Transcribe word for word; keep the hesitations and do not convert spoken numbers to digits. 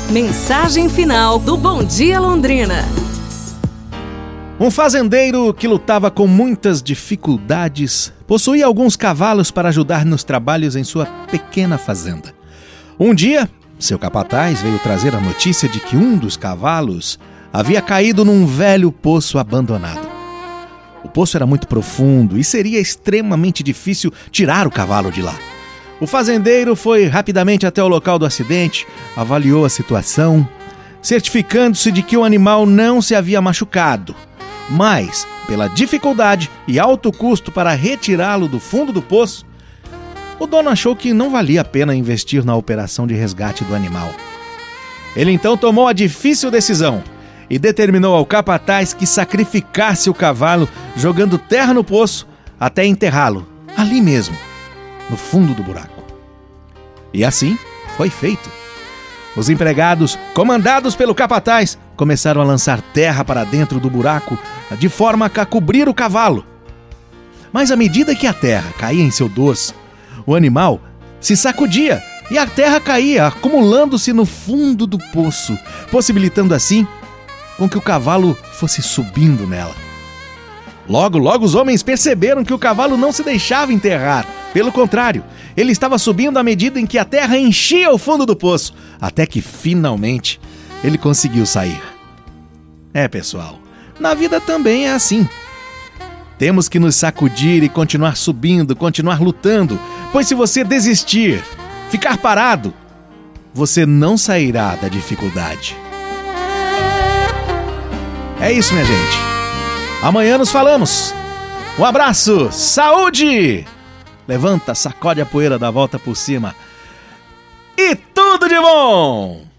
Mensagem final do Bom Dia Londrina. Um fazendeiro que lutava com muitas dificuldades possuía alguns cavalos para ajudar nos trabalhos em sua pequena fazenda. Um dia, seu capataz veio trazer a notícia de que um dos cavalos havia caído num velho poço abandonado. O poço era muito profundo e seria extremamente difícil tirar o cavalo de lá. O fazendeiro foi rapidamente até o local do acidente, avaliou a situação, certificando-se de que o animal não se havia machucado. Mas, pela dificuldade e alto custo para retirá-lo do fundo do poço, o dono achou que não valia a pena investir na operação de resgate do animal. Ele então tomou a difícil decisão e determinou ao capataz que sacrificasse o cavalo jogando terra no poço até enterrá-lo, ali mesmo, no fundo do buraco. E assim foi feito. Os empregados, comandados pelo capataz, começaram a lançar terra para dentro do buraco, de forma a cobrir o cavalo. Mas à medida que a terra caía em seu dorso, o animal se sacudia e a terra caía, acumulando-se no fundo do poço, possibilitando assim com que o cavalo fosse subindo nela. Logo, logo os homens perceberam que o cavalo não se deixava enterrar. Pelo contrário, ele estava subindo à medida em que a terra enchia o fundo do poço, até que finalmente ele conseguiu sair. É, pessoal, na vida também é assim. Temos que nos sacudir e continuar subindo, continuar lutando, pois se você desistir, ficar parado, você não sairá da dificuldade. É isso, minha gente. Amanhã nos falamos. Um abraço, saúde! Levanta, sacode a poeira, dá a volta por cima. E tudo de bom!